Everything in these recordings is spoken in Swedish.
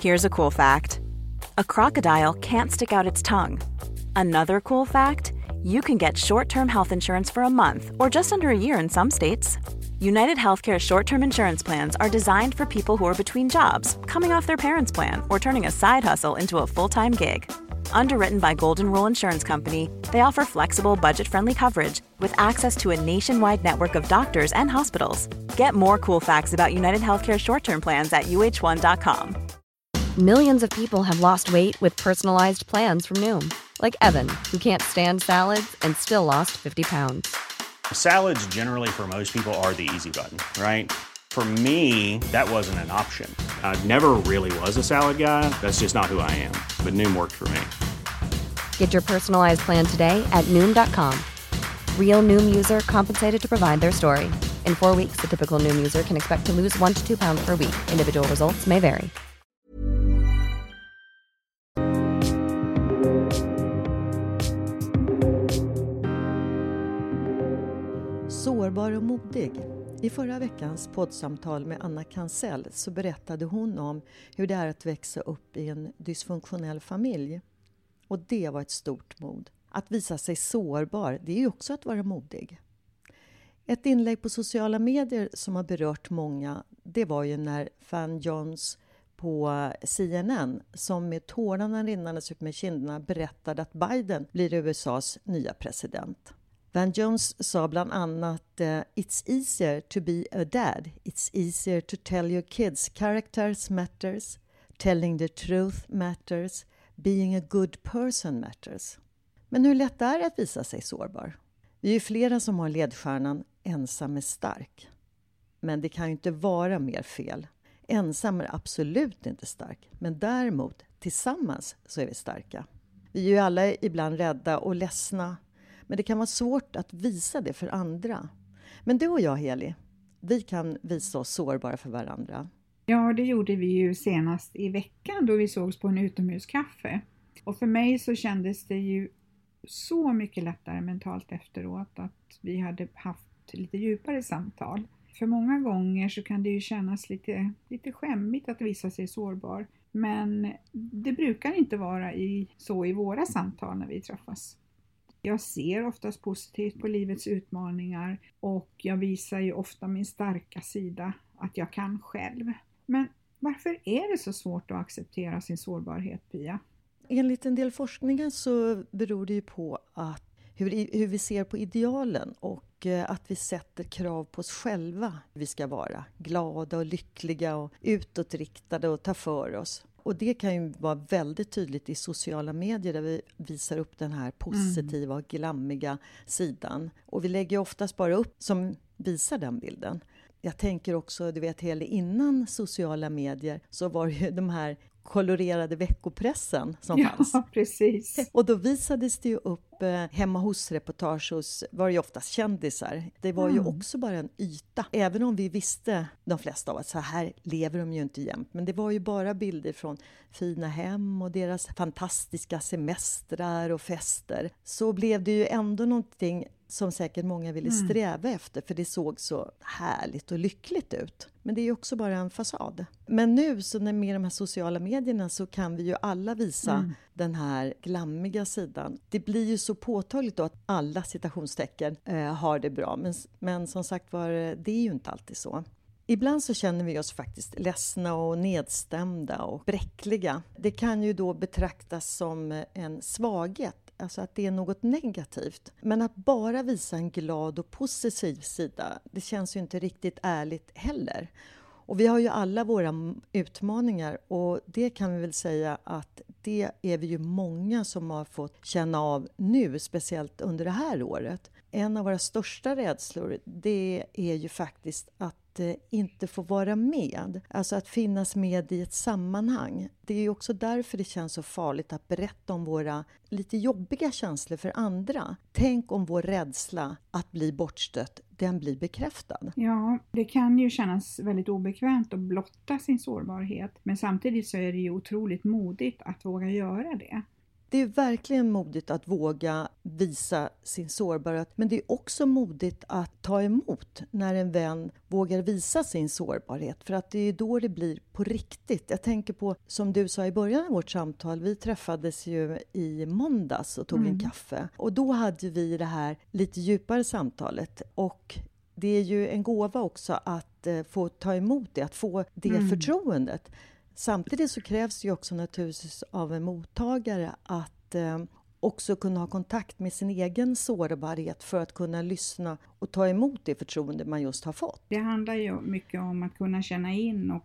Here's a cool fact. A crocodile can't stick out its tongue. Another cool fact, you can get short-term health insurance for a month or just under a year in some states. United Healthcare short-term insurance plans are designed for people who are between jobs, coming off their parents' plan, or turning a side hustle into a full-time gig. Underwritten by Golden Rule Insurance Company, they offer flexible, budget-friendly coverage with access to a nationwide network of doctors and hospitals. Get more cool facts about United Healthcare short-term plans at uh1.com. Millions of people have lost weight with personalized plans from Noom. Like Evan, who can't stand salads and still lost 50 pounds. Salads generally for most people are the easy button, right? For me, that wasn't an option. I never really was a salad guy. That's just not who I am. But Noom worked for me. Get your personalized plan today at Noom.com. Real Noom user compensated to provide their story. In 4 weeks, the typical Noom user can expect to lose 1 to 2 pounds per week. Individual results may vary. Sårbar och modig. I förra veckans poddsamtal med Anna Kansell så berättade hon om hur det är att växa upp i en dysfunktionell familj. Och det var ett stort mod. Att visa sig sårbar, det är ju också att vara modig. Ett inlägg på sociala medier som har berört många, det var ju när Van Jones på CNN som med tårarna rinnandes ut med kinderna berättade att Biden blir USAs nya president. Van Jones sa bland annat It's easier to be a dad. It's easier to tell your kids characters matters. Telling the truth matters. Being a good person matters. Men hur lätt är det att visa sig sårbar? Vi är ju flera som har ledstjärnan ensam är stark. Men det kan ju inte vara mer fel. Ensam är absolut inte stark. Men däremot tillsammans så är vi starka. Vi är ju alla ibland rädda och ledsna. Men det kan vara svårt att visa det för andra. Men du och jag, Heli, vi kan visa oss sårbara för varandra. Ja, det gjorde vi ju senast i veckan då vi sågs på en utomhuskaffe. Och för mig så kändes det ju så mycket lättare mentalt efteråt att vi hade haft lite djupare samtal. För många gånger så kan det ju kännas lite skämmigt att visa sig sårbar. Men det brukar inte vara så i våra samtal när vi träffas. Jag ser oftast positivt på livets utmaningar och jag visar ju ofta min starka sida, att jag kan själv. Men varför är det så svårt att acceptera sin sårbarhet, Pia? Enligt en del forskningar så beror det ju på att hur vi ser på idealen och att vi sätter krav på oss själva. Vi ska vara glada och lyckliga och utåtriktade och ta för oss. Och det kan ju vara väldigt tydligt i sociala medier där vi visar upp den här positiva och glammiga sidan. Och vi lägger oftast bara upp som visar den bilden. Jag tänker också, du vet, hela innan sociala medier så var det ju de här kolorerade veckopressen som fanns. Ja, precis. Och då visades det ju upp hemma hos-reportage hos, var det ju oftast kändisar. Det var ju också bara en yta. Även om vi visste, de flesta av oss, så här lever de ju inte jämt. Men det var ju bara bilder från fina hem och deras fantastiska semestrar och fester. Så blev det ju ändå någonting som säkert många ville sträva efter, för det såg så härligt och lyckligt ut. Men det är ju också bara en fasad. Men nu så med de här sociala medierna så kan vi ju alla visa den här glammiga sidan. Det blir ju så påtagligt då att alla citationstecken har det bra. Men som sagt var, det är ju inte alltid så. Ibland så känner vi oss faktiskt ledsna och nedstämda och bräckliga. Det kan ju då betraktas som en svaghet. Alltså att det är något negativt. Men att bara visa en glad och positiv sida, det känns ju inte riktigt ärligt heller. Och vi har ju alla våra utmaningar och det kan vi väl säga att det är vi ju många som har fått känna av nu, speciellt under det här året. En av våra största rädslor, det är ju faktiskt att inte få vara med. Alltså att finnas med i ett sammanhang. Det är ju också därför det känns så farligt att berätta om våra lite jobbiga känslor för andra. Tänk om vår rädsla att bli bortstött, den blir bekräftad. Ja, det kan ju kännas väldigt obekvämt att blotta sin sårbarhet. Men samtidigt så är det ju otroligt modigt att våga göra det. Det är verkligen modigt att våga visa sin sårbarhet, men det är också modigt att ta emot när en vän vågar visa sin sårbarhet, för att det är då det blir på riktigt. Jag tänker på, som du sa i början av vårt samtal, vi träffades ju i måndags och tog en kaffe, och då hade vi det här lite djupare samtalet, och det är ju en gåva också att få ta emot det, att få det förtroendet. Samtidigt så krävs det ju också naturligtvis av en mottagare att också kunna ha kontakt med sin egen sårbarhet för att kunna lyssna och ta emot det förtroende man just har fått. Det handlar ju mycket om att kunna känna in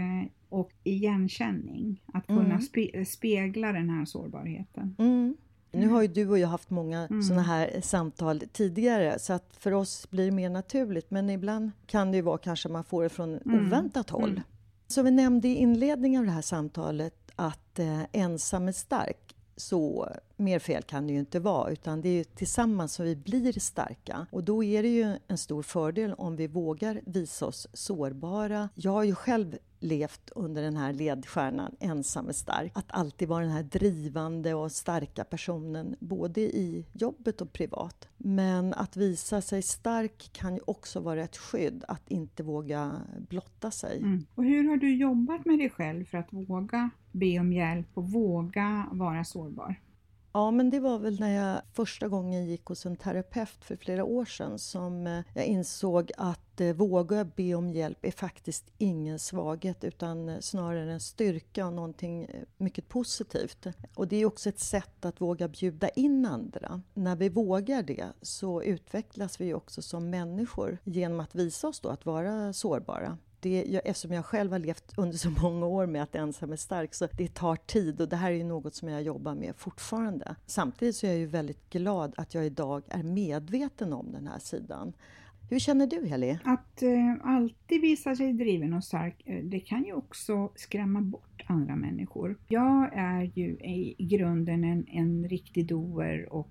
och igenkänning. Att kunna spegla den här sårbarheten. Nu har ju du och jag haft många sådana här samtal tidigare, så att för oss blir det mer naturligt. Men ibland kan det ju vara kanske man får det från oväntat håll. Så vi nämnde i inledningen av det här samtalet att ensam är stark. Så mer fel kan det ju inte vara, utan det är ju tillsammans som vi blir starka. Och då är det ju en stor fördel om vi vågar visa oss sårbara. Jag har ju själv levt under den här ledstjärnan, ensam är stark. Att alltid vara den här drivande och starka personen, både i jobbet och privat. Men att visa sig stark kan ju också vara ett skydd, att inte våga blotta sig. Och hur har du jobbat med dig själv för att våga be om hjälp och våga vara sårbar? Ja, men det var väl när jag första gången gick hos en terapeut för flera år sedan som jag insåg att våga be om hjälp är faktiskt ingen svaghet, utan snarare en styrka och någonting mycket positivt. Och det är också ett sätt att våga bjuda in andra. När vi vågar det så utvecklas vi också som människor genom att visa oss då att vara sårbara. Eftersom jag själv har levt under så många år med att ensam är stark, så det tar tid, och det här är ju något som jag jobbar med fortfarande. Samtidigt så är jag ju väldigt glad att jag idag är medveten om den här sidan. Hur känner du, Heli? Att alltid visa sig driven och stark, det kan ju också skrämma bort andra människor. Jag är ju i grunden en riktig doer och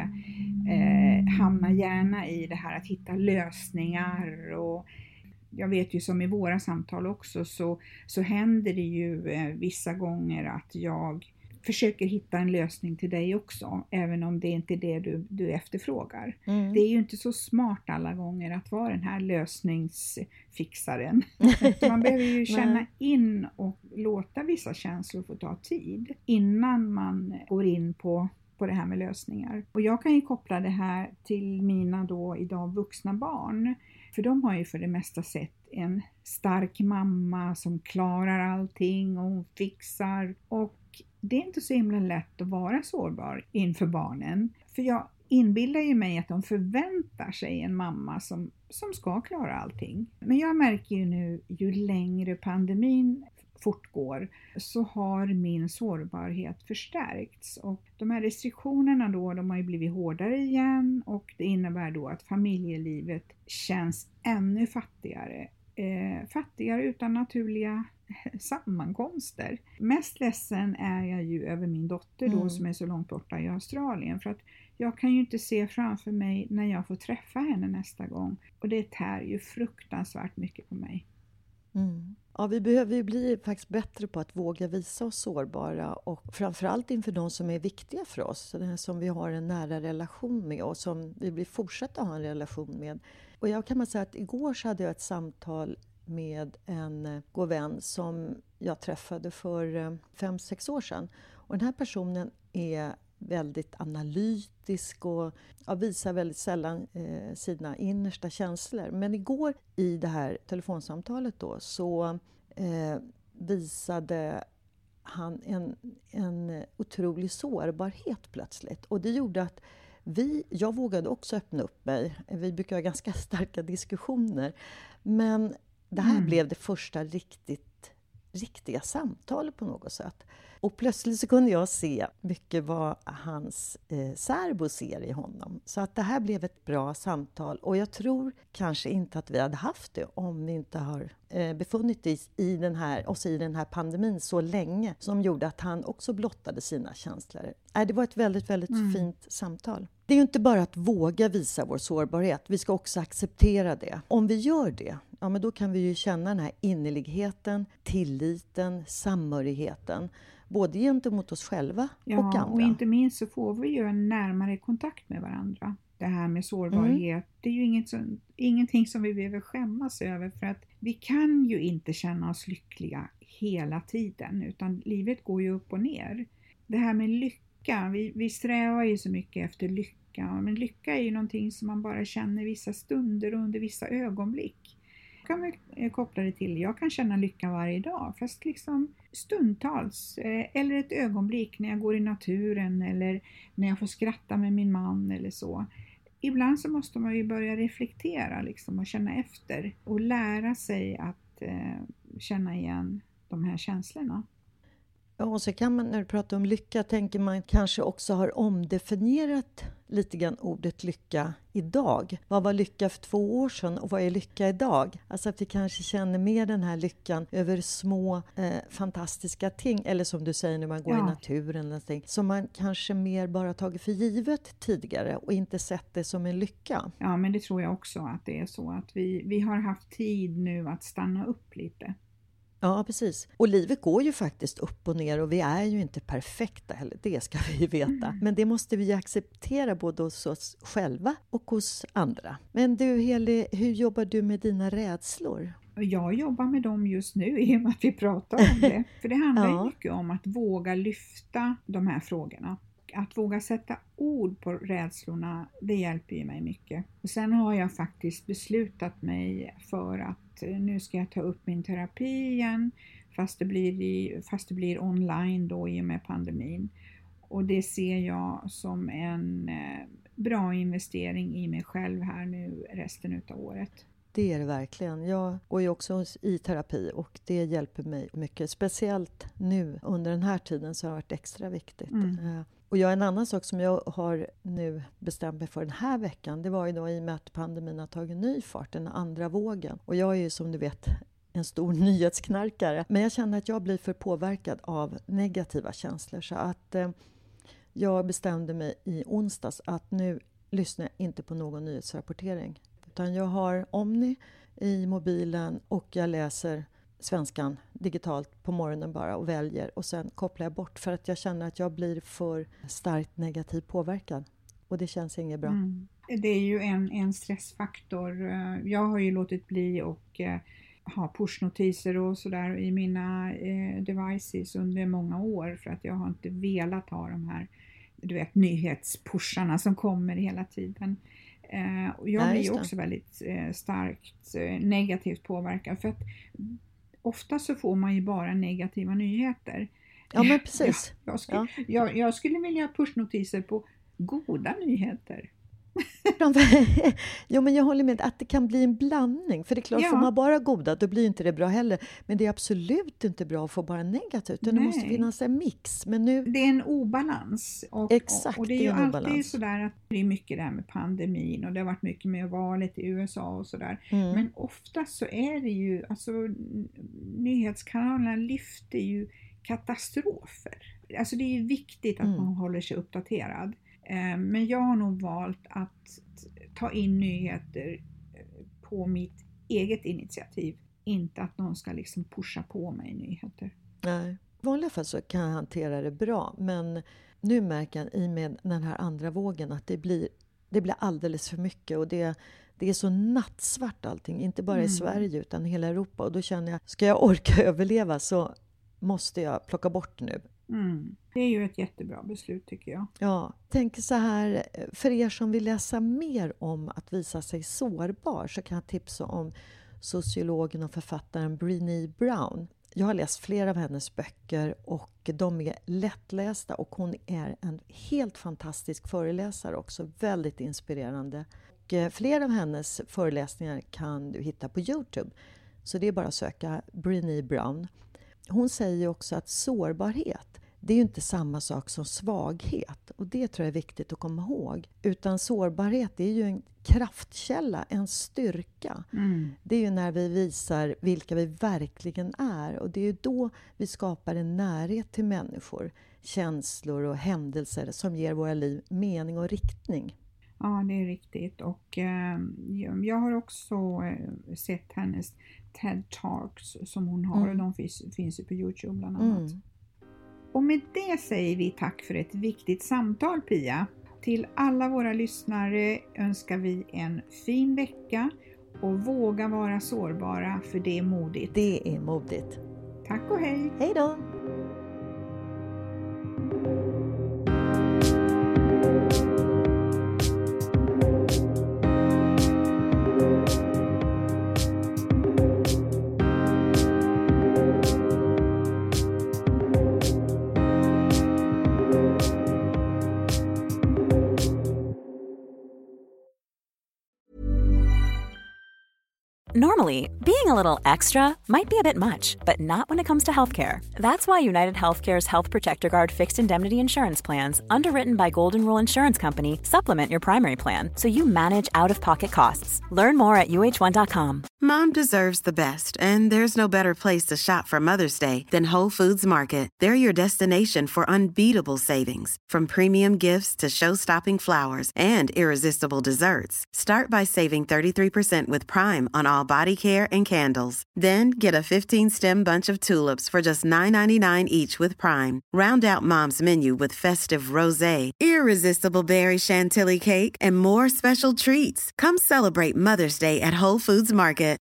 hamnar gärna i det här att hitta lösningar. Och jag vet ju som i våra samtal också, så händer det ju vissa gånger att jag försöker hitta en lösning till dig också, även om det inte är det du efterfrågar. Det är ju inte så smart alla gånger att vara den här lösningsfixaren. Man behöver ju känna in och låta vissa känslor få ta tid innan man går in på det här med lösningar. Och jag kan ju koppla det här till mina då idag vuxna barn. För de har ju för det mesta sett en stark mamma som klarar allting och hon fixar. Och det är inte så himla lätt att vara sårbar inför barnen. För jag inbillar ju mig att de förväntar sig en mamma som ska klara allting. Men jag märker ju nu, ju längre pandemin fortgår, så har min sårbarhet förstärkts. Och de här restriktionerna då, de har ju blivit hårdare igen, och det innebär då att familjelivet känns ännu fattigare. Fattigare utan naturliga sammankomster. Mest ledsen är jag ju över min dotter då som är så långt borta i Australien, för att jag kan ju inte se framför mig när jag får träffa henne nästa gång, och det tär ju fruktansvärt mycket på mig. Ja, vi behöver ju bli faktiskt bättre på att våga visa oss sårbara, och framförallt inför de som är viktiga för oss, den som vi har en nära relation med och som vi vill fortsätta ha en relation med. Och jag kan säga att igår så hade jag ett samtal med en god vän som jag träffade för 5-6 år sedan. Och den här personen är väldigt analytisk och visar väldigt sällan sina innersta känslor. Men igår i det här telefonsamtalet då så visade han en otrolig sårbarhet plötsligt. Och det gjorde att jag vågade också öppna upp mig. Vi brukar ha ganska starka diskussioner. Men det här blev det första riktiga samtalet på något sätt. Och plötsligt så kunde jag se mycket vad hans särbo ser i honom. Så att det här blev ett bra samtal. Och jag tror kanske inte att vi hade haft det om vi inte har befunnit oss i den här pandemin så länge. Som gjorde att han också blottade sina känslor. Det var ett väldigt, väldigt fint samtal. Det är ju inte bara att våga visa vår sårbarhet. Vi ska också acceptera det. Om vi gör det, ja, men då kan vi ju känna den här innerligheten, tilliten, samhörigheten. Både gentemot oss själva och andra. Ja, och inte minst så får vi ju en närmare kontakt med varandra. Det här med sårbarhet, det är ju ingenting som vi behöver skämmas över. För att vi kan ju inte känna oss lyckliga hela tiden. Utan livet går ju upp och ner. Det här med lycka, vi strävar ju så mycket efter lycka. Men lycka är ju någonting som man bara känner vissa stunder och under vissa ögonblick. Kan man koppla det till, jag kan känna lycka varje dag, fast liksom stundtals, eller ett ögonblick när jag går i naturen eller när jag får skratta med min man eller så. Ibland så måste man ju börja reflektera liksom och känna efter och lära sig att känna igen de här känslorna. Ja, och så kan man, när du pratar om lycka, tänker man kanske också har omdefinierat lite grann ordet lycka idag. Vad var lycka för 2 år sedan och vad är lycka idag? Alltså att vi kanske känner mer den här lyckan över små fantastiska ting. Eller som du säger när man går i naturen. Någonting, som man kanske mer bara tagit för givet tidigare och inte sett det som en lycka. Ja, men det tror jag också att det är så. Att vi har haft tid nu att stanna upp lite. Ja, precis. Och livet går ju faktiskt upp och ner och vi är ju inte perfekta heller, det ska vi ju veta. Men det måste vi acceptera både hos oss själva och hos andra. Men du Heli, hur jobbar du med dina rädslor? Jag jobbar med dem just nu i och med att vi pratar om det. För det handlar ju mycket om att våga lyfta de här frågorna. Att våga sätta ord på rädslorna, det hjälper ju mig mycket. Och sen har jag faktiskt beslutat mig för att nu ska jag ta upp min terapi igen. Fast det blir online då i och med pandemin. Och det ser jag som en bra investering i mig själv här nu resten av året. Det är det verkligen. Jag går ju också i terapi och det hjälper mig mycket. Speciellt nu under den här tiden så har det varit extra viktigt. Och en annan sak som jag har nu bestämt mig för den här veckan, det var ju då i och med att pandemin har tagit ny fart, den andra vågen. Och jag är ju som du vet en stor nyhetsknarkare. Men jag känner att jag blir för påverkad av negativa känslor. Så att jag bestämde mig i onsdags att nu lyssnar jag inte på någon nyhetsrapportering. Utan jag har Omni i mobilen och jag läser Svenskan digitalt på morgonen bara och väljer. Och sen kopplar jag bort för att jag känner att jag blir för starkt negativ påverkad. Och det känns inget bra. Det är ju en stressfaktor. Jag har ju låtit bli och ha pushnotiser och sådär i mina devices under många år. För att jag har inte velat ha de här nyhetspusharna som kommer hela tiden. Och jag blir ju också väldigt starkt negativt påverkad. För att ofta så får man ju bara negativa nyheter. Ja, men precis. Jag skulle vilja ha pushnotiser på goda nyheter. Jo, men jag håller med att det kan bli en blandning. För det är klart, får man bara goda, då blir inte det bra heller. Men det är absolut inte bra att få bara negativt. Det måste finnas en mix. Men nu... Det är en obalans. Exakt, och det är ju alltid sådär att det är mycket där med pandemin. Och det har varit mycket med valet i USA och sådär. Men ofta så är det ju, alltså nyhetskanalerna lyfter ju katastrofer. Alltså det är ju viktigt att man håller sig uppdaterad. Men jag har nog valt att ta in nyheter på mitt eget initiativ. Inte att någon ska liksom pusha på mig nyheter. Nej, i vanliga fall så kan jag hantera det bra. Men nu märker jag i med den här andra vågen att det blir alldeles för mycket. Och det är så nattsvart allting. Inte bara i Sverige utan hela Europa. Och då känner jag, ska jag orka överleva så måste jag plocka bort nu. Det är ju ett jättebra beslut tycker jag. Ja, tänk så här, för er som vill läsa mer om att visa sig sårbar så kan jag tipsa om sociologen och författaren Brené Brown. Jag har läst flera av hennes böcker och de är lättlästa och hon är en helt fantastisk föreläsare också, väldigt inspirerande. Och flera av hennes föreläsningar kan du hitta på YouTube, så det är bara att söka Brené Brown. Hon säger också att sårbarhet, det är ju inte samma sak som svaghet. Och det tror jag är viktigt att komma ihåg. Utan sårbarhet är ju en kraftkälla, en styrka. Det är ju när vi visar vilka vi verkligen är. Och det är ju då vi skapar en närhet till människor, känslor och händelser som ger våra liv mening och riktning. Ja, det är riktigt. Och jag har också sett hennes TED Talks som hon har och de finns ju på YouTube bland annat. Och med det säger vi tack för ett viktigt samtal, Pia. Till alla våra lyssnare önskar vi en fin vecka och våga vara sårbara, för det är modigt. Det är modigt. Tack och hej! Hej då! Normally, being a little extra might be a bit much, but not when it comes to healthcare. That's why United Healthcare's Health Protector Guard fixed indemnity insurance plans, underwritten by Golden Rule Insurance Company, supplement your primary plan so you manage out-of-pocket costs. Learn more at uh1.com. Mom deserves the best, and there's no better place to shop for Mother's Day than Whole Foods Market. They're your destination for unbeatable savings, from premium gifts to show-stopping flowers and irresistible desserts. Start by saving 33% with Prime on all body care and candles. Then get a 15-stem bunch of tulips for just $9.99 each with Prime. Round out Mom's menu with festive rosé, irresistible berry chantilly cake, and more special treats. Come celebrate Mother's Day at Whole Foods Market.